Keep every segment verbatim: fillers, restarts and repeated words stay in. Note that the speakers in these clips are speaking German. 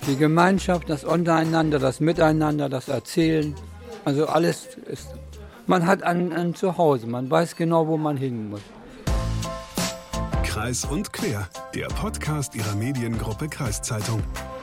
Die Gemeinschaft, das Untereinander, das Miteinander, das Erzählen. Also alles ist, man hat ein, ein Zuhause, man weiß genau, wo man hin muss. Kreis und Quer, der Podcast Ihrer Mediengruppe Kreiszeitung.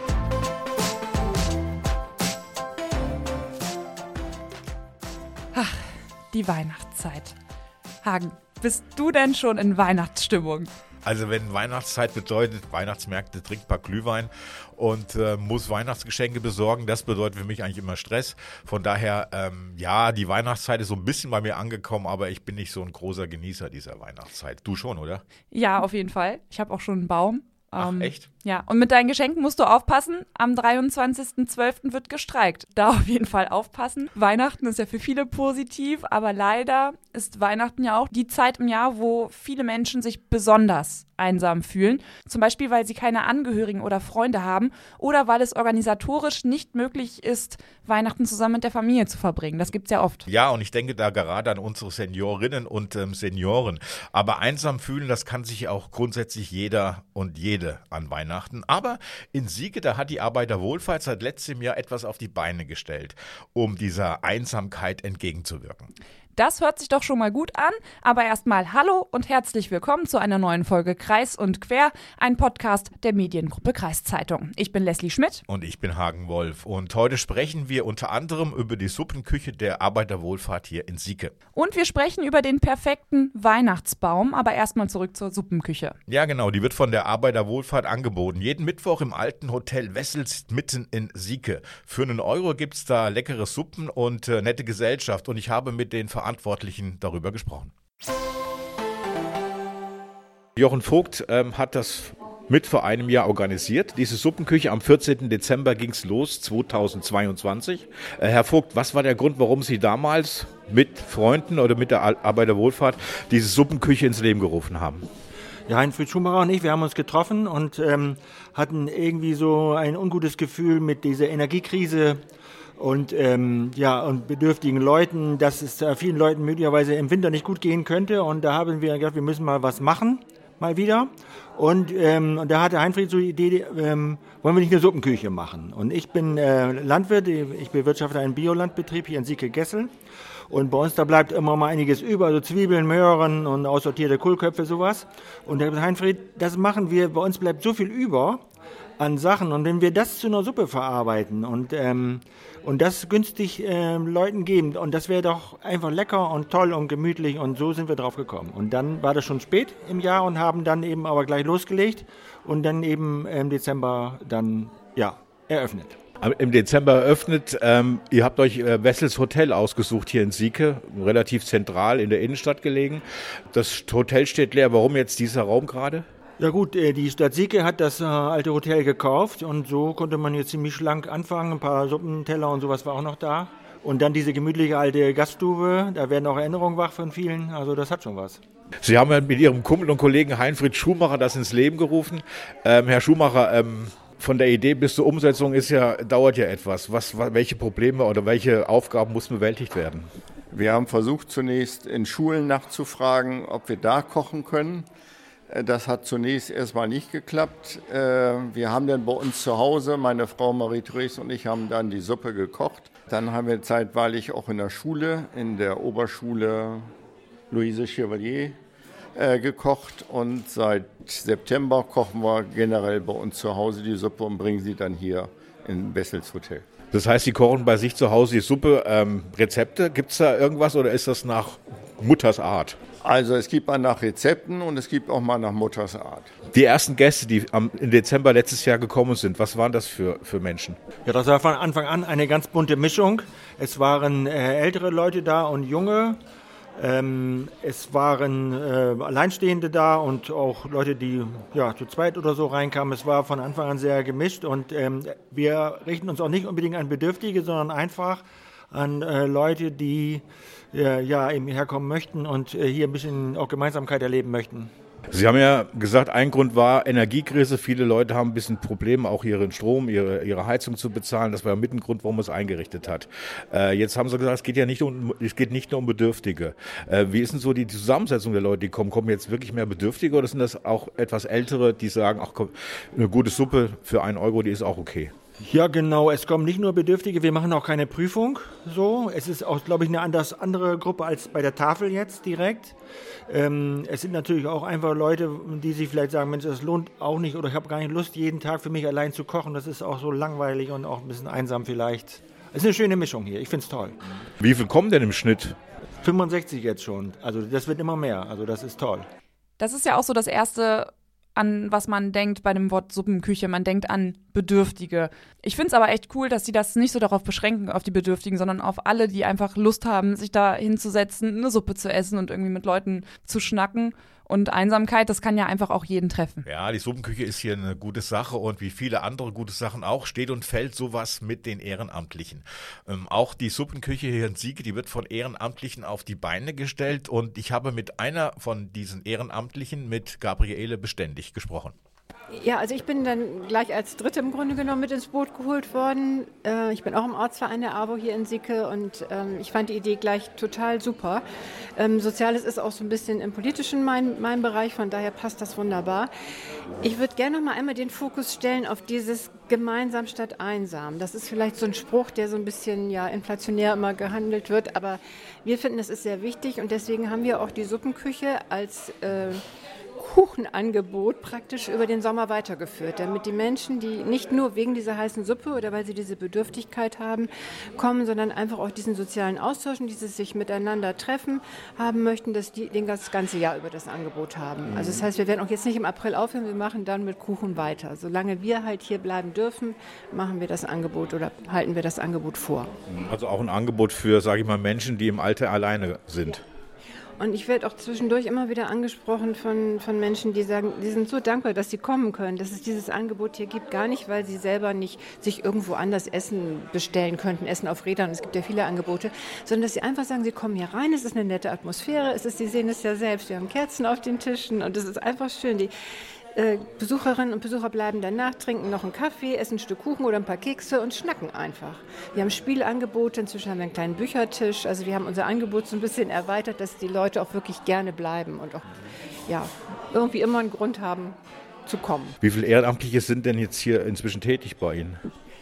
Ach, die Weihnachtszeit. Hagen, bist du denn schon in Weihnachtsstimmung? Also wenn Weihnachtszeit bedeutet, Weihnachtsmärkte, trinkt ein paar Glühwein und äh, muss Weihnachtsgeschenke besorgen, das bedeutet für mich eigentlich immer Stress. Von daher, ähm, ja, die Weihnachtszeit ist so ein bisschen bei mir angekommen, aber ich bin nicht so ein großer Genießer dieser Weihnachtszeit. Du schon, oder? Ja, auf jeden Fall. Ich habe auch schon einen Baum. Ach, ähm, echt? Ja, und mit deinen Geschenken musst du aufpassen. Am dreiundzwanzigsten zwölften wird gestreikt. Da auf jeden Fall aufpassen. Weihnachten ist ja für viele positiv, aber leider ist Weihnachten ja auch die Zeit im Jahr, wo viele Menschen sich besonders einsam fühlen. Zum Beispiel, weil sie keine Angehörigen oder Freunde haben oder weil es organisatorisch nicht möglich ist, Weihnachten zusammen mit der Familie zu verbringen. Das gibt's ja oft. Ja, und ich denke da gerade an unsere Seniorinnen und ähm, Senioren. Aber einsam fühlen, das kann sich auch grundsätzlich jeder und jede an Weihnachten. Aber in Sieke, da hat die Arbeiterwohlfahrt seit letztem Jahr etwas auf die Beine gestellt, um dieser Einsamkeit entgegenzuwirken. Das hört sich doch schon mal gut an, aber erstmal hallo und herzlich willkommen zu einer neuen Folge Kreis und Quer, ein Podcast der Mediengruppe Kreiszeitung. Ich bin Leslie Schmidt. Und ich bin Hagen Wolf. Und heute sprechen wir unter anderem über die Suppenküche der Arbeiterwohlfahrt hier in Sieke. Und wir sprechen über den perfekten Weihnachtsbaum, aber erstmal zurück zur Suppenküche. Ja genau, die wird von der Arbeiterwohlfahrt angeboten. Jeden Mittwoch im alten Hotel Wessels mitten in Sieke. Für einen Euro gibt es da leckere Suppen und äh, nette Gesellschaft. Und ich habe mit den Verantwortlichen darüber gesprochen. Jochen Vogt ähm, hat das mit vor einem Jahr organisiert. Diese Suppenküche am vierzehnten Dezember ging es los, zweitausendzweiundzwanzig. Äh, Herr Vogt, was war der Grund, warum Sie damals mit Freunden oder mit der Arbeiterwohlfahrt diese Suppenküche ins Leben gerufen haben? Ja, Heinfried Schumacher und ich, wir haben uns getroffen und ähm, hatten irgendwie so ein ungutes Gefühl mit dieser Energiekrise und ähm, ja und bedürftigen Leuten, dass es äh, vielen Leuten möglicherweise im Winter nicht gut gehen könnte. Und da haben wir gedacht, wir müssen mal was machen, mal wieder. Und, ähm, und da hatte Heinfried so die Idee, ähm, wollen wir nicht eine Suppenküche machen? Und ich bin äh, Landwirt, ich bewirtschafte einen Biolandbetrieb hier in Sieke-Gessel. Und bei uns, da bleibt immer mal einiges über, so Zwiebeln, Möhren und aussortierte Kohlköpfe, sowas. Und der Heinfried, das machen wir, bei uns bleibt so viel über an Sachen. Und wenn wir das zu einer Suppe verarbeiten und, ähm, und das günstig ähm, Leuten geben, und das wäre doch einfach lecker und toll und gemütlich, und so sind wir drauf gekommen. Und dann war das schon spät im Jahr und haben dann eben aber gleich losgelegt und dann eben im Dezember dann, ja, eröffnet. Im Dezember eröffnet. Ähm, ihr habt euch äh, Wessels Hotel ausgesucht hier in Sieke, relativ zentral in der Innenstadt gelegen. Das Hotel steht leer. Warum jetzt dieser Raum gerade? Ja gut, äh, die Stadt Sieke hat das äh, alte Hotel gekauft und so konnte man jetzt ziemlich schlank anfangen. Ein paar Suppenteller und sowas war auch noch da. Und dann diese gemütliche alte Gaststube, da werden auch Erinnerungen wach von vielen. Also das hat schon was. Sie haben ja mit Ihrem Kumpel und Kollegen Heinfried Schumacher das ins Leben gerufen. Ähm, Herr Schumacher, ähm, von der Idee bis zur Umsetzung ist ja, dauert ja etwas. Was, welche Probleme oder welche Aufgaben mussten bewältigt werden? Wir haben versucht, zunächst in Schulen nachzufragen, ob wir da kochen können. Das hat zunächst erstmal nicht geklappt. Wir haben dann bei uns zu Hause, meine Frau Marie-Therese und ich haben dann die Suppe gekocht. Dann haben wir zeitweilig auch in der Schule, in der Oberschule Louise Chevalier, äh, gekocht. Und seit September kochen wir generell bei uns zu Hause die Suppe und bringen sie dann hier in Wessels Hotel. Das heißt, Sie kochen bei sich zu Hause die Suppe. Ähm, Rezepte, gibt es da irgendwas oder ist das nach Mutters Art? Also es gibt mal nach Rezepten und es gibt auch mal nach Mutters Art. Die ersten Gäste, die am, im Dezember letztes Jahr gekommen sind, was waren das für, für Menschen? Ja, das war von Anfang an eine ganz bunte Mischung. Es waren äh, ältere Leute da und junge. Ähm, es waren äh, Alleinstehende da und auch Leute, die ja, zu zweit oder so reinkamen. Es war von Anfang an sehr gemischt und ähm, wir richten uns auch nicht unbedingt an Bedürftige, sondern einfach an äh, Leute, die äh, ja, eben herkommen möchten und äh, hier ein bisschen auch Gemeinsamkeit erleben möchten. Sie haben ja gesagt, ein Grund war Energiekrise. Viele Leute haben ein bisschen Probleme, auch ihren Strom, ihre, ihre Heizung zu bezahlen. Das war ja mit ein Grund, warum man es eingerichtet hat. Äh, jetzt haben Sie gesagt, es geht ja nicht um, es geht nicht nur um Bedürftige. Äh, wie ist denn so die Zusammensetzung der Leute, die kommen? Kommen jetzt wirklich mehr Bedürftige oder sind das auch etwas Ältere, die sagen, ach komm, eine gute Suppe für einen Euro, die ist auch okay? Ja, genau. Es kommen nicht nur Bedürftige, wir machen auch keine Prüfung. So, es ist auch, glaube ich, eine anders andere Gruppe als bei der Tafel jetzt direkt. Ähm, es sind natürlich auch einfach Leute, die sich vielleicht sagen, Mensch, das lohnt auch nicht oder ich habe gar nicht Lust, jeden Tag für mich allein zu kochen. Das ist auch so langweilig und auch ein bisschen einsam vielleicht. Es ist eine schöne Mischung hier. Ich finde es toll. Wie viel kommen denn im Schnitt? fünfundsechzig jetzt schon. Also das wird immer mehr. Also das ist toll. Das ist ja auch so das Erste, an was man denkt bei dem Wort Suppenküche. Man denkt an Bedürftige. Ich finde es aber echt cool, dass sie das nicht so darauf beschränken, auf die Bedürftigen, sondern auf alle, die einfach Lust haben, sich da hinzusetzen, eine Suppe zu essen und irgendwie mit Leuten zu schnacken. Und Einsamkeit, das kann ja einfach auch jeden treffen. Ja, die Suppenküche ist hier eine gute Sache und wie viele andere gute Sachen auch, steht und fällt sowas mit den Ehrenamtlichen. Ähm, auch die Suppenküche hier in Sieke, die wird von Ehrenamtlichen auf die Beine gestellt und ich habe mit einer von diesen Ehrenamtlichen, mit Gabriele Beständig, gesprochen. Ja, also ich bin dann gleich als Dritte im Grunde genommen mit ins Boot geholt worden. Äh, ich bin auch im Ortsverein der AWO hier in Sieke und ähm, ich fand die Idee gleich total super. Ähm, Soziales ist auch so ein bisschen im politischen mein, mein Bereich, von daher passt das wunderbar. Ich würde gerne noch mal einmal den Fokus stellen auf dieses gemeinsam statt einsam. Das ist vielleicht so ein Spruch, der so ein bisschen ja inflationär immer gehandelt wird, aber wir finden, das ist sehr wichtig und deswegen haben wir auch die Suppenküche als äh, Kuchenangebot praktisch über den Sommer weitergeführt, damit die Menschen, die nicht nur wegen dieser heißen Suppe oder weil sie diese Bedürftigkeit haben, kommen, sondern einfach auch diesen sozialen Austausch und dieses sich miteinander treffen haben möchten, dass die den das ganze Jahr über das Angebot haben. Also das heißt, wir werden auch jetzt nicht im April aufhören, wir machen dann mit Kuchen weiter. Solange wir halt hier bleiben dürfen, machen wir das Angebot oder halten wir das Angebot vor. Also auch ein Angebot für, sage ich mal, Menschen, die im Alter alleine sind. Und ich werde auch zwischendurch immer wieder angesprochen von, von Menschen, die sagen, die sind so dankbar, dass sie kommen können, dass es dieses Angebot hier gibt. Gar nicht, weil sie selber nicht sich irgendwo anders Essen bestellen könnten, Essen auf Rädern, es gibt ja viele Angebote, sondern dass sie einfach sagen, sie kommen hier rein, es ist eine nette Atmosphäre, es ist, sie sehen es ja selbst, wir haben Kerzen auf den Tischen und es ist einfach schön. Die äh, Besucherinnen und Besucher bleiben danach, trinken noch einen Kaffee, essen ein Stück Kuchen oder ein paar Kekse und schnacken einfach. Wir haben Spielangebote, inzwischen haben wir einen kleinen Büchertisch, also wir haben unser Angebot so ein bisschen erweitert, dass die Leute auch wirklich gerne bleiben und auch ja, irgendwie immer einen Grund haben zu kommen. Wie viele Ehrenamtliche sind denn jetzt hier inzwischen tätig bei Ihnen?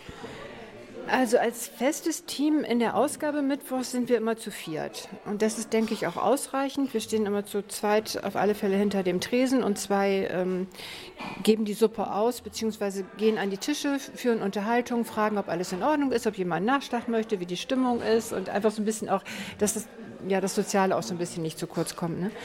Also als festes Team in der Ausgabe Mittwochs sind wir immer zu viert. Und das ist, denke ich, auch ausreichend. Wir stehen immer zu zweit auf alle Fälle hinter dem Tresen und zwei ähm, geben die Suppe aus, beziehungsweise gehen an die Tische, führen Unterhaltung, fragen, ob alles in Ordnung ist, ob jemand Nachschlag möchte, wie die Stimmung ist und einfach so ein bisschen auch, dass das, ja, das Soziale auch so ein bisschen nicht zu kurz kommt. Ne?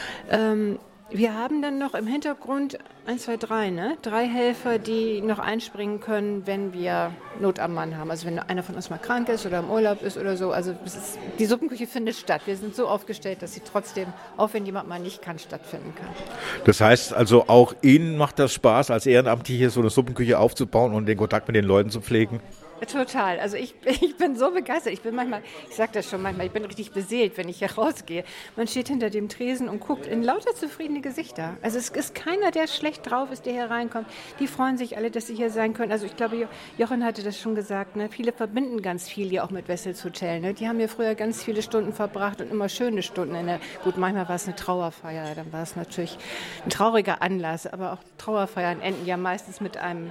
Ähm, Wir haben dann noch im Hintergrund eins, zwei, drei, ne? Drei Helfer, die noch einspringen können, wenn wir Not am Mann haben. Also wenn einer von uns mal krank ist oder im Urlaub ist oder so. Also es ist, die Suppenküche findet statt. Wir sind so aufgestellt, dass sie trotzdem, auch wenn jemand mal nicht kann, stattfinden kann. Das heißt also, auch Ihnen macht das Spaß, als Ehrenamtliche so eine Suppenküche aufzubauen und den Kontakt mit den Leuten zu pflegen? Total. Also ich, ich bin so begeistert. Ich bin manchmal, ich sage das schon manchmal, ich bin richtig beseelt, wenn ich hier rausgehe. Man steht hinter dem Tresen und guckt in lauter zufriedene Gesichter. Also es ist keiner, der schlecht drauf ist, der hier reinkommt. Die freuen sich alle, dass sie hier sein können. Also ich glaube, Jochen hatte das schon gesagt. Ne? Viele verbinden ganz viel hier auch mit Wessels Hotel. Ne? Die haben hier früher ganz viele Stunden verbracht und immer schöne Stunden. In der, gut, manchmal war es eine Trauerfeier. Dann war es natürlich ein trauriger Anlass. Aber auch Trauerfeiern enden ja meistens mit einem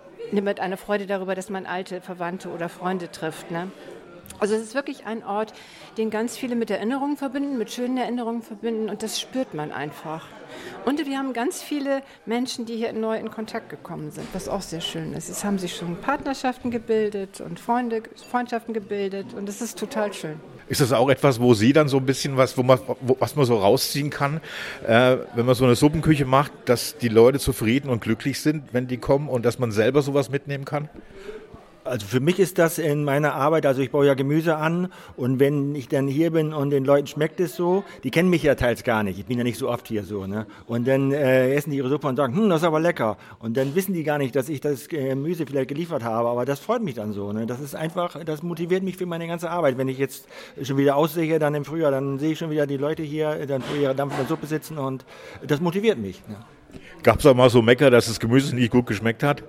mit einer Freude darüber, dass man alte Verwandte oder Freunde trifft. Ne? Also es ist wirklich ein Ort, den ganz viele mit Erinnerungen verbinden, mit schönen Erinnerungen verbinden und das spürt man einfach. Und wir haben ganz viele Menschen, die hier neu in Kontakt gekommen sind, was auch sehr schön ist. Es haben sich schon Partnerschaften gebildet und Freunde, Freundschaften gebildet und das ist total schön. Ist das auch etwas, wo Sie dann so ein bisschen was, wo man, wo, was man so rausziehen kann, äh, wenn man so eine Suppenküche macht, dass die Leute zufrieden und glücklich sind, wenn die kommen und dass man selber sowas mitnehmen kann? Also für mich ist das in meiner Arbeit, also ich baue ja Gemüse an und wenn ich dann hier bin und den Leuten schmeckt es so, die kennen mich ja teils gar nicht, ich bin ja nicht so oft hier so, ne? Und dann äh, essen die ihre Suppe und sagen, hm, das ist aber lecker. Und dann wissen die gar nicht, dass ich das Gemüse vielleicht geliefert habe, aber das freut mich dann so, ne? Das ist einfach, das motiviert mich für meine ganze Arbeit. Wenn ich jetzt schon wieder aussehe, dann im Frühjahr, dann sehe ich schon wieder die Leute hier, dann vor ihrer dampfenden Suppe sitzen und das motiviert mich. Ne? Gab es auch mal so Mecker, dass das Gemüse nicht gut geschmeckt hat?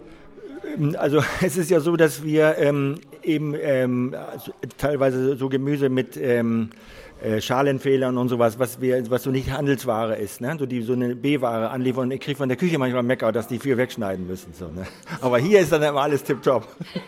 Also es ist ja so, dass wir ähm, eben ähm, also teilweise so Gemüse mit, ähm, äh, Schalenfehlern und sowas, was wir, was so nicht Handelsware ist, ne? So die so eine B-Ware anliefern. Ich kriege von der Küche manchmal Mecker, dass die viel wegschneiden müssen. So, ne? Aber hier ist dann immer alles tipptopp.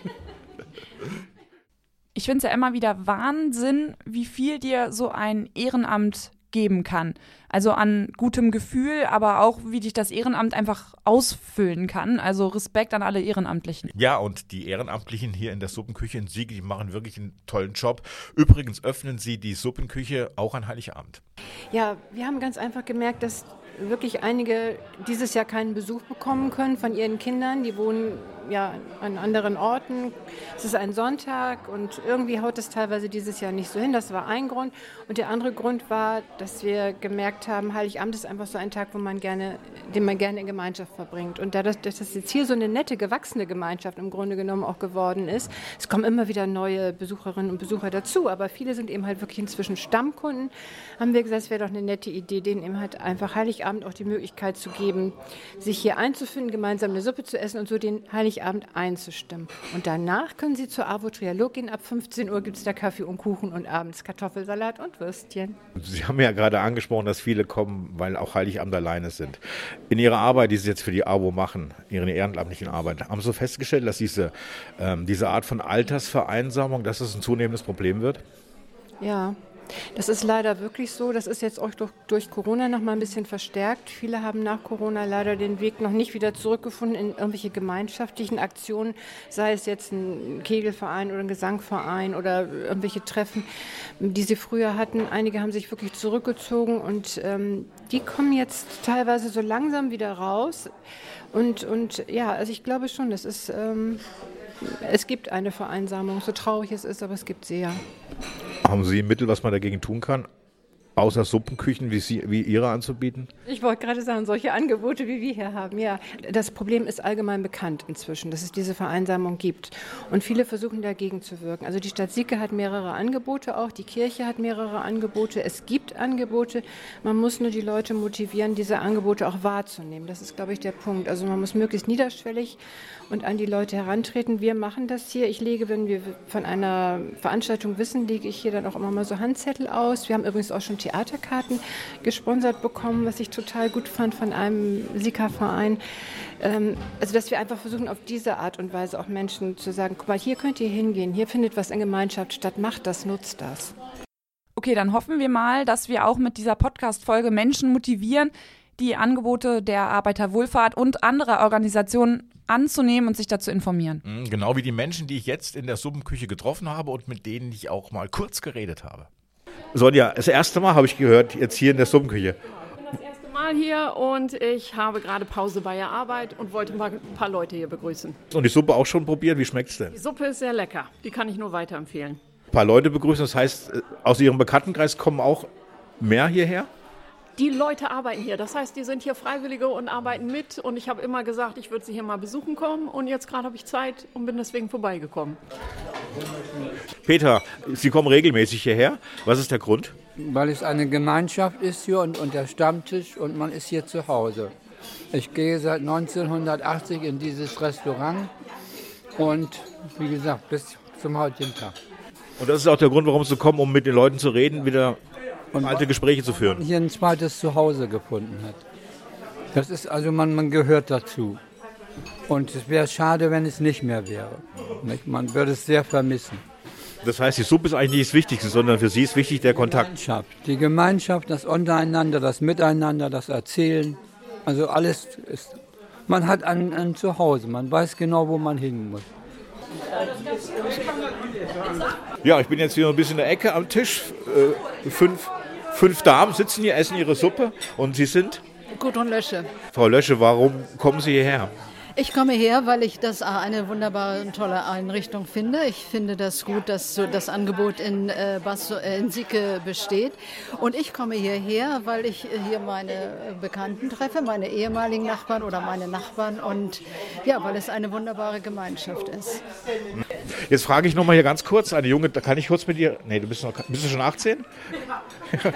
Ich finde es ja immer wieder Wahnsinn, wie viel dir so ein Ehrenamt geben kann. Also an gutem Gefühl, aber auch, wie dich das Ehrenamt einfach ausfüllen kann. Also Respekt an alle Ehrenamtlichen. Ja, und die Ehrenamtlichen hier in der Suppenküche in Sieke, die machen wirklich einen tollen Job. Übrigens öffnen sie die Suppenküche auch an Heiligabend. Ja, wir haben ganz einfach gemerkt, dass wirklich einige dieses Jahr keinen Besuch bekommen können von ihren Kindern. Die wohnen ja an anderen Orten. Es ist ein Sonntag und irgendwie haut es teilweise dieses Jahr nicht so hin. Das war ein Grund. Und der andere Grund war, dass wir gemerkt haben, Heiligabend ist einfach so ein Tag, wo man gerne, den man gerne in Gemeinschaft verbringt. Und da das, dass das jetzt hier so eine nette, gewachsene Gemeinschaft im Grunde genommen auch geworden ist, es kommen immer wieder neue Besucherinnen und Besucher dazu, aber viele sind eben halt wirklich inzwischen Stammkunden, haben wir gesagt, es wäre doch eine nette Idee, denen eben halt einfach Heiligabend auch die Möglichkeit zu geben, sich hier einzufinden, gemeinsam eine Suppe zu essen und so den Heiligabend einzustimmen. Und danach können Sie zur AWO Trialog gehen. Ab fünfzehn Uhr gibt es da Kaffee und Kuchen und abends Kartoffelsalat und Würstchen. Sie haben ja gerade angesprochen, dass viele kommen, weil auch Heiligabend alleine sind. In Ihrer Arbeit, die Sie jetzt für die AWO machen, Ihre ehrenamtlichen Arbeit, haben Sie festgestellt, dass diese, ähm, diese Art von Altersvereinsamung, dass das ein zunehmendes Problem wird? Ja. Das ist leider wirklich so. Das ist jetzt auch durch, durch Corona noch mal ein bisschen verstärkt. Viele haben nach Corona leider den Weg noch nicht wieder zurückgefunden in irgendwelche gemeinschaftlichen Aktionen, sei es jetzt ein Kegelverein oder ein Gesangverein oder irgendwelche Treffen, die sie früher hatten. Einige haben sich wirklich zurückgezogen und ähm, die kommen jetzt teilweise so langsam wieder raus. Und, und ja, also ich glaube schon, das ist... Ähm, Es gibt eine Vereinsamung, so traurig es ist, aber es gibt sie ja. Haben Sie Mittel, was man dagegen tun kann, außer Suppenküchen wie, Sie, wie Ihre anzubieten? Ich wollte gerade sagen, solche Angebote, wie wir hier haben, ja. Das Problem ist allgemein bekannt inzwischen, dass es diese Vereinsamung gibt. Und viele versuchen dagegen zu wirken. Also die Stadt Sieke hat mehrere Angebote auch, die Kirche hat mehrere Angebote. Es gibt Angebote, man muss nur die Leute motivieren, diese Angebote auch wahrzunehmen. Das ist, glaube ich, der Punkt. Also man muss möglichst niederschwellig und an die Leute herantreten. Wir machen das hier. Ich lege, wenn wir von einer Veranstaltung wissen, lege ich hier dann auch immer mal so Handzettel aus. Wir haben übrigens auch schon Theaterkarten gesponsert bekommen, was ich total gut fand von einem Sika-Verein. Ähm, also dass wir einfach versuchen, auf diese Art und Weise auch Menschen zu sagen, guck mal, hier könnt ihr hingehen, hier findet was in Gemeinschaft statt, macht das, nutzt das. Okay, dann hoffen wir mal, dass wir auch mit dieser Podcast-Folge Menschen motivieren, die Angebote der Arbeiterwohlfahrt und anderer Organisationen anzunehmen und sich dazu informieren. Genau wie die Menschen, die ich jetzt in der Suppenküche getroffen habe und mit denen ich auch mal kurz geredet habe. Sonja, das erste Mal habe ich gehört, jetzt hier in der Suppenküche. Ich bin das erste Mal hier und ich habe gerade Pause bei der Arbeit und wollte mal ein paar Leute hier begrüßen. Und die Suppe auch schon probiert, wie schmeckt's denn? Die Suppe ist sehr lecker, die kann ich nur weiterempfehlen. Ein paar Leute begrüßen, das heißt, aus Ihrem Bekanntenkreis kommen auch mehr hierher? Die Leute arbeiten hier, das heißt, die sind hier Freiwillige und arbeiten mit und ich habe immer gesagt, ich würde sie hier mal besuchen kommen und jetzt gerade habe ich Zeit und bin deswegen vorbeigekommen. Peter, Sie kommen regelmäßig hierher. Was ist der Grund? Weil es eine Gemeinschaft ist hier und, und der Stammtisch und man ist hier zu Hause. Ich gehe seit neunzehnhundertachtzig in dieses Restaurant und wie gesagt, bis zum heutigen Tag. Und das ist auch der Grund, warum Sie kommen, um mit den Leuten zu reden, wieder und alte Gespräche zu führen. Hier ein zweites Zuhause gefunden hat. Das ist also, man, man gehört dazu. Und es wäre schade, wenn es nicht mehr wäre. Man würde es sehr vermissen. Das heißt, die Suppe ist eigentlich nicht das Wichtigste, sondern für Sie ist wichtig der Kontakt. Gemeinschaft. Die Gemeinschaft, das Untereinander, das Miteinander, das Erzählen. Also alles ist, man hat ein, ein Zuhause, man weiß genau, wo man hin muss. Ja, ich bin jetzt hier ein bisschen in der Ecke am Tisch. Äh, fünf, fünf Damen sitzen hier, essen ihre Suppe. Und Sie sind? Gudrun Lösche. Frau Lösche, warum kommen Sie hierher? Ich komme her, weil ich das eine wunderbare und tolle Einrichtung finde. Ich finde das gut, dass so das Angebot in, äh, Bas- äh, in Sieke besteht. Und ich komme hierher, weil ich hier meine Bekannten treffe, meine ehemaligen Nachbarn oder meine Nachbarn. Und ja, weil es eine wunderbare Gemeinschaft ist. Jetzt frage ich noch mal hier ganz kurz, eine Junge, da kann ich kurz mit dir, nee, du bist, noch, bist du schon achtzehn? Ja.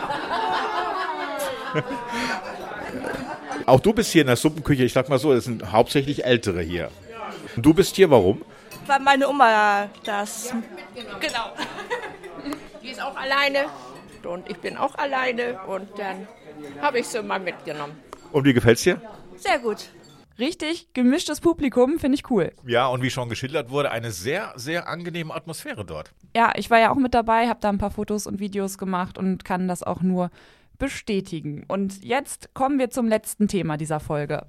Auch du bist hier in der Suppenküche, ich sag mal so, es sind hauptsächlich Ältere hier. Und du bist hier, warum? Weil meine Oma das, genau, die ist auch alleine gemacht und ich bin auch alleine und dann habe ich sie mal mitgenommen. Und wie gefällt's dir? Sehr gut. Richtig gemischtes Publikum, finde ich cool. Ja, und wie schon geschildert wurde, eine sehr, sehr angenehme Atmosphäre dort. Ja, ich war ja auch mit dabei, habe da ein paar Fotos und Videos gemacht und kann das auch nur bestätigen. Und jetzt kommen wir zum letzten Thema dieser Folge.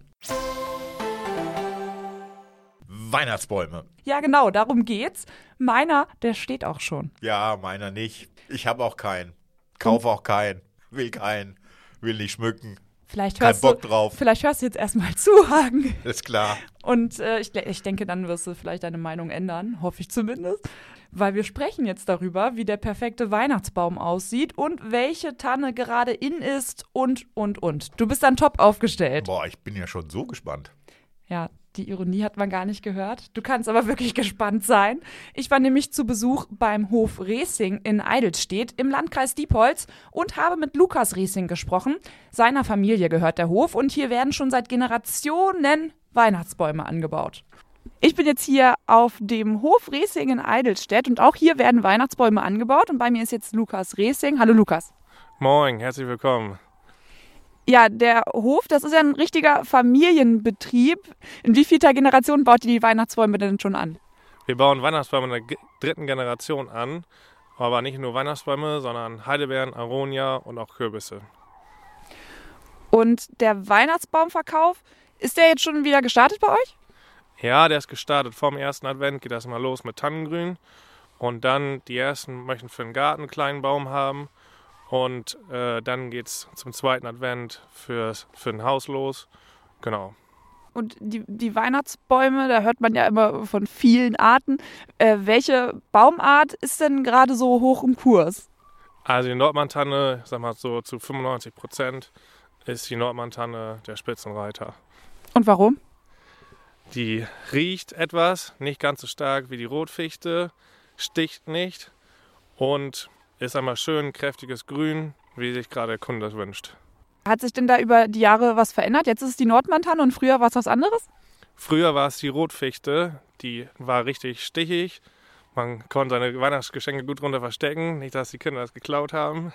Weihnachtsbäume. Ja, genau, darum geht's. Meiner, der steht auch schon. Ja, meiner nicht. Ich habe auch keinen. Kauf auch keinen. Will keinen. Will nicht schmücken. Vielleicht Kein hörst Bock du, drauf. Vielleicht hörst du jetzt erstmal zu, Hagen. Ist klar. Und äh, ich, ich denke, dann wirst du vielleicht deine Meinung ändern, hoffe ich zumindest. Weil wir sprechen jetzt darüber, wie der perfekte Weihnachtsbaum aussieht und welche Tanne gerade in ist und, und, und. Du bist dann top aufgestellt. Boah, ich bin ja schon so gespannt. Ja, die Ironie hat man gar nicht gehört. Du kannst aber wirklich gespannt sein. Ich war nämlich zu Besuch beim Hof Resing in Eidelstedt im Landkreis Diepholz und habe mit Lukas Resing gesprochen. Seiner Familie gehört der Hof und hier werden schon seit Generationen Weihnachtsbäume angebaut. Ich bin jetzt hier auf dem Hof Resing in Eidelstedt und auch hier werden Weihnachtsbäume angebaut und bei mir ist jetzt Lukas Resing. Hallo Lukas. Moin, herzlich willkommen. Ja, der Hof, das ist ja ein richtiger Familienbetrieb. In wie vielter Generation baut ihr die Weihnachtsbäume denn schon an? Wir bauen Weihnachtsbäume in der dritten Generation an, aber nicht nur Weihnachtsbäume, sondern Heidelbeeren, Aronia und auch Kürbisse. Und der Weihnachtsbaumverkauf, ist der jetzt schon wieder gestartet bei euch? Ja, der ist gestartet. Vorm ersten Advent geht das mal los mit Tannengrün und dann die ersten möchten für den Garten einen kleinen Baum haben. Und äh, dann geht es zum zweiten Advent fürs, für ein Haus los. Genau. Und die, die Weihnachtsbäume, da hört man ja immer von vielen Arten. Äh, welche Baumart ist denn gerade so hoch im Kurs? Also die Nordmann-Tanne, sag mal so zu fünfundneunzig Prozent ist die Nordmann-Tanne der Spitzenreiter. Und warum? Die riecht etwas, nicht ganz so stark wie die Rotfichte, sticht nicht und ist einmal schön kräftiges Grün, wie sich gerade der Kunde das wünscht. Hat sich denn da über die Jahre was verändert? Jetzt ist es die Nordmann-Tanne und früher war es was anderes? Früher war es die Rotfichte, die war richtig stichig. Man konnte seine Weihnachtsgeschenke gut drunter verstecken, nicht, dass die Kinder das geklaut haben.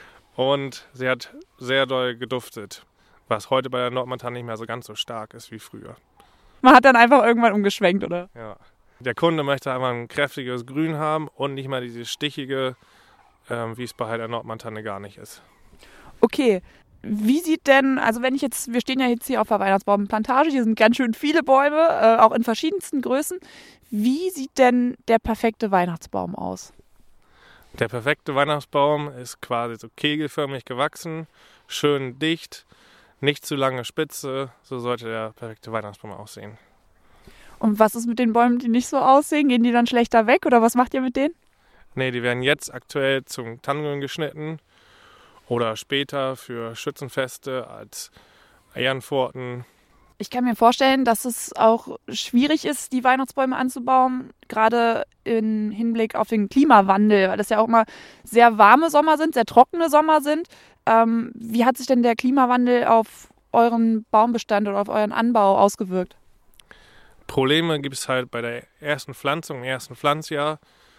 Und sie hat sehr doll geduftet, was heute bei der Nordmann-Tanne nicht mehr so ganz so stark ist wie früher. Man hat dann einfach irgendwann umgeschwenkt, oder? Ja. Der Kunde möchte einfach ein kräftiges Grün haben und nicht mehr dieses stichige, ähm, wie es bei der Nordmann-Tanne gar nicht ist. Okay. Wie sieht denn, also wenn ich jetzt, wir stehen ja jetzt hier auf der Weihnachtsbaumplantage, hier sind ganz schön viele Bäume, äh, auch in verschiedensten Größen. Wie sieht denn der perfekte Weihnachtsbaum aus? Der perfekte Weihnachtsbaum ist quasi so kegelförmig gewachsen, schön dicht, nicht zu lange Spitze, so sollte der perfekte Weihnachtsbaum aussehen. Und was ist mit den Bäumen, die nicht so aussehen? Gehen die dann schlechter weg oder was macht ihr mit denen? Nee, die werden jetzt aktuell zum Tannengrün geschnitten. Oder später für Schützenfeste als Ehrenpforten. Ich kann mir vorstellen, dass es auch schwierig ist, die Weihnachtsbäume anzubauen, gerade im Hinblick auf den Klimawandel, weil das ja auch immer sehr warme Sommer sind, sehr trockene Sommer sind. Ähm, wie hat sich denn der Klimawandel auf euren Baumbestand oder auf euren Anbau ausgewirkt? Probleme gibt es halt bei der ersten Pflanzung, im ersten Pflanzjahr.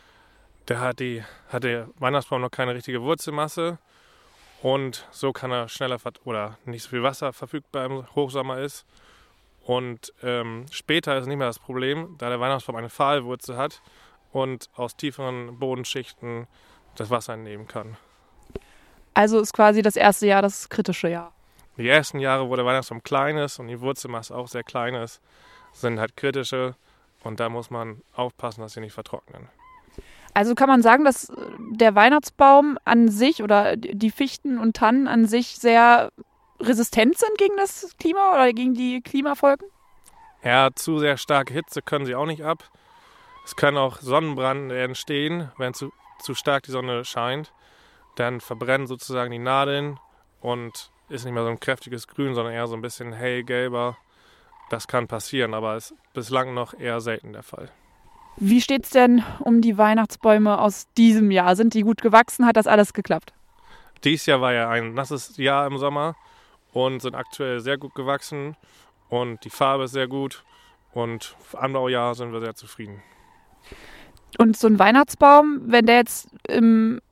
Da hat, die, hat der Weihnachtsbaum noch keine richtige Wurzelmasse. Und so kann er schneller oder nicht so viel Wasser verfügbar im Hochsommer ist. Und ähm, später ist nicht mehr das Problem, da der Weihnachtsbaum eine Pfahlwurzel hat und aus tieferen Bodenschichten das Wasser entnehmen kann. Also ist quasi das erste Jahr das kritische Jahr. Die ersten Jahre, wo der Weihnachtsbaum klein ist und die Wurzelmasse auch sehr klein ist, sind halt kritische. Und da muss man aufpassen, dass sie nicht vertrocknen. Also kann man sagen, dass der Weihnachtsbaum an sich oder die Fichten und Tannen an sich sehr resistent sind gegen das Klima oder gegen die Klimafolgen? Ja, zu sehr starke Hitze können sie auch nicht ab. Es kann auch Sonnenbrand entstehen, wenn zu, zu stark die Sonne scheint. Dann verbrennen sozusagen die Nadeln und ist nicht mehr so ein kräftiges Grün, sondern eher so ein bisschen hellgelber. Das kann passieren, aber ist bislang noch eher selten der Fall. Wie steht's denn um die Weihnachtsbäume aus diesem Jahr? Sind die gut gewachsen? Hat das alles geklappt? Dieses Jahr war ja ein nasses Jahr im Sommer und sind aktuell sehr gut gewachsen und die Farbe ist sehr gut und im Anbaujahr sind wir sehr zufrieden. Und so ein Weihnachtsbaum, wenn der jetzt im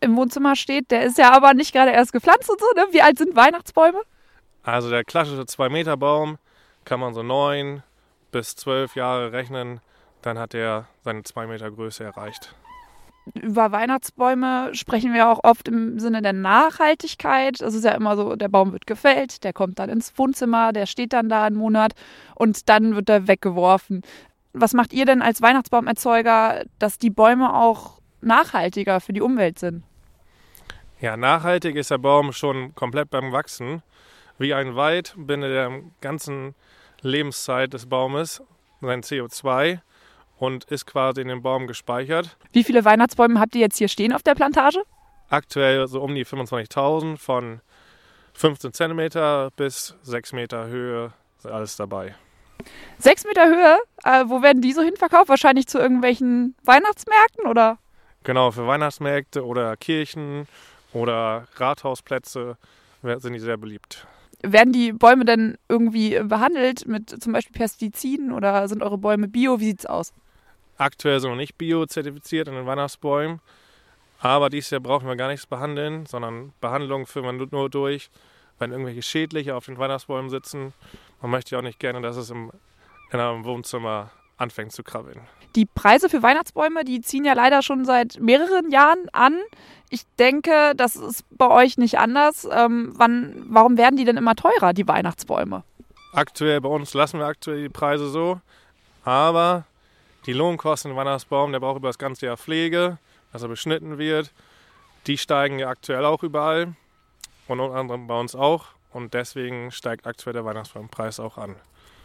im Wohnzimmer steht, der ist ja aber nicht gerade erst gepflanzt und so, ne? Wie alt sind Weihnachtsbäume? Also der klassische zwei Meter Baum kann man so neun bis zwölf Jahre rechnen, dann hat er seine zwei Meter Größe erreicht. Über Weihnachtsbäume sprechen wir auch oft im Sinne der Nachhaltigkeit. Es ist ja immer so, der Baum wird gefällt, der kommt dann ins Wohnzimmer, der steht dann da einen Monat und dann wird er weggeworfen. Was macht ihr denn als Weihnachtsbaumerzeuger, dass die Bäume auch nachhaltiger für die Umwelt sind? Ja, nachhaltig ist der Baum schon komplett beim Wachsen. Wie ein Wald bindet der ganzen Lebenszeit des Baumes sein C O zwei und ist quasi in den Baum gespeichert. Wie viele Weihnachtsbäume habt ihr jetzt hier stehen auf der Plantage? Aktuell so um die fünfundzwanzigtausend, von fünfzehn Zentimeter bis sechs Meter Höhe, ist alles dabei. Sechs Meter Höhe? Äh, wo werden die so hinverkauft? Wahrscheinlich zu irgendwelchen Weihnachtsmärkten, oder? Genau, für Weihnachtsmärkte oder Kirchen oder Rathausplätze sind die sehr beliebt. Werden die Bäume denn irgendwie behandelt mit zum Beispiel Pestiziden oder sind eure Bäume bio? Wie sieht's aus? Aktuell sind noch nicht bio-zertifiziert in den Weihnachtsbäumen, aber dieses Jahr brauchen wir gar nichts behandeln, sondern Behandlung führen wir nur durch, wenn irgendwelche Schädliche auf den Weihnachtsbäumen sitzen. Man möchte ja auch nicht gerne, dass es im, in einem Wohnzimmer anfängt zu krabbeln. Die Preise für Weihnachtsbäume, die ziehen ja leider schon seit mehreren Jahren an. Ich denke, das ist bei euch nicht anders. Ähm, wann, warum werden die denn immer teurer, die Weihnachtsbäume? Aktuell bei uns lassen wir aktuell die Preise so, aber die Lohnkosten im Weihnachtsbaum, der braucht über das ganze Jahr Pflege, dass er beschnitten wird. Die steigen ja aktuell auch überall und unter anderem bei uns auch. Und deswegen steigt aktuell der Weihnachtsbaumpreis auch an.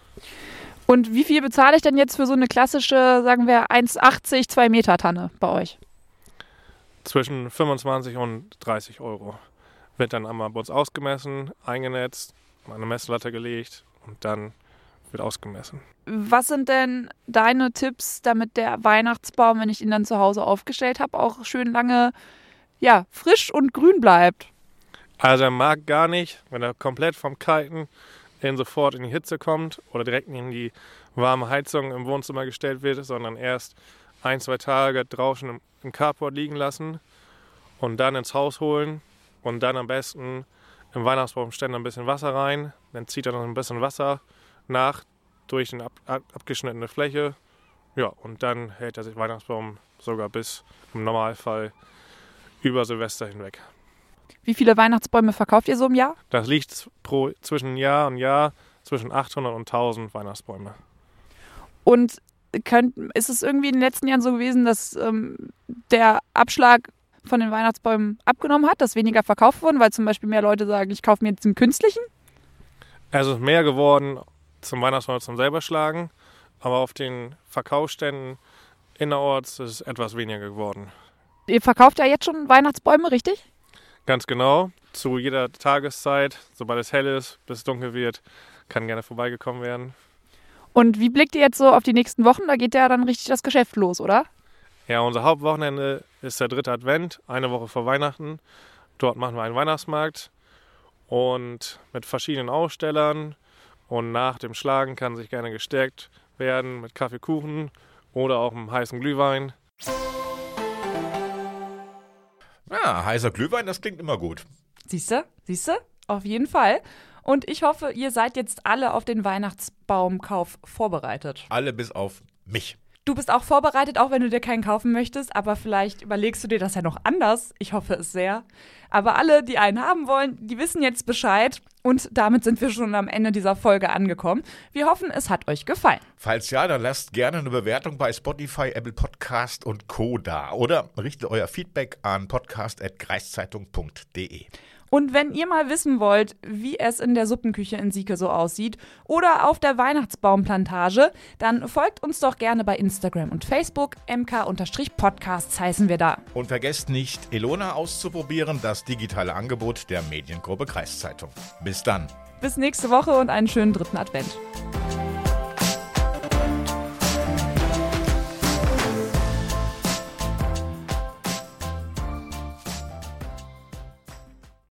Und wie viel bezahle ich denn jetzt für so eine klassische, sagen wir, eins achtzig, zwei Meter Tanne bei euch? Zwischen fünfundzwanzig und dreißig Euro. Wird dann einmal bei uns ausgemessen, eingenetzt, an eine Messlatte gelegt und dann wird ausgemessen. Was sind denn deine Tipps, damit der Weihnachtsbaum, wenn ich ihn dann zu Hause aufgestellt habe, auch schön lange ja, frisch und grün bleibt? Also er mag gar nicht, wenn er komplett vom Kalten in sofort in die Hitze kommt oder direkt in die warme Heizung im Wohnzimmer gestellt wird, sondern erst ein, zwei Tage draußen im, im Carport liegen lassen und dann ins Haus holen und dann am besten im Weihnachtsbaumständer ein bisschen Wasser rein. Dann zieht er noch ein bisschen Wasser nach durch eine ab, ab, abgeschnittene Fläche. Ja, und dann hält er sich Weihnachtsbaum sogar bis im Normalfall über Silvester hinweg. Wie viele Weihnachtsbäume verkauft ihr so im Jahr? Das liegt pro, zwischen Jahr und Jahr zwischen achthundert und tausend Weihnachtsbäume. Und könnt, ist es irgendwie in den letzten Jahren so gewesen, dass ähm, der Abschlag von den Weihnachtsbäumen abgenommen hat, dass weniger verkauft wurden, weil zum Beispiel mehr Leute sagen, ich kaufe mir jetzt einen künstlichen? Also es ist mehr geworden zum Weihnachtsbaum zum selber schlagen, aber auf den Verkaufsständen innerorts ist es etwas weniger geworden. Ihr verkauft ja jetzt schon Weihnachtsbäume, richtig? Ganz genau, zu jeder Tageszeit, sobald es hell ist, bis es dunkel wird, kann gerne vorbeigekommen werden. Und wie blickt ihr jetzt so auf die nächsten Wochen? Da geht ja dann richtig das Geschäft los, oder? Ja, unser Hauptwochenende ist der dritte Advent, eine Woche vor Weihnachten. Dort machen wir einen Weihnachtsmarkt und mit verschiedenen Ausstellern. Und nach dem Schlagen kann sich gerne gestärkt werden mit Kaffee, Kuchen oder auch einem heißen Glühwein. Ja, heißer Glühwein, das klingt immer gut. Siehst du? Siehst du? Auf jeden Fall. Und ich hoffe, ihr seid jetzt alle auf den Weihnachtsbaumkauf vorbereitet. Alle bis auf mich. Du bist auch vorbereitet, auch wenn du dir keinen kaufen möchtest, aber vielleicht überlegst du dir das ja noch anders. Ich hoffe es sehr. Aber alle, die einen haben wollen, die wissen jetzt Bescheid. Und damit sind wir schon am Ende dieser Folge angekommen. Wir hoffen, es hat euch gefallen. Falls ja, dann lasst gerne eine Bewertung bei Spotify, Apple Podcast und Co. da. Oder richtet euer Feedback an podcast at kreiszeitung punkt de. Und wenn ihr mal wissen wollt, wie es in der Suppenküche in Sieke so aussieht oder auf der Weihnachtsbaumplantage, dann folgt uns doch gerne bei Instagram und Facebook. M K Podcasts heißen wir da. Und vergesst nicht, Elona auszuprobieren, das digitale Angebot der Mediengruppe Kreiszeitung. Bis dann. Bis nächste Woche und einen schönen dritten Advent.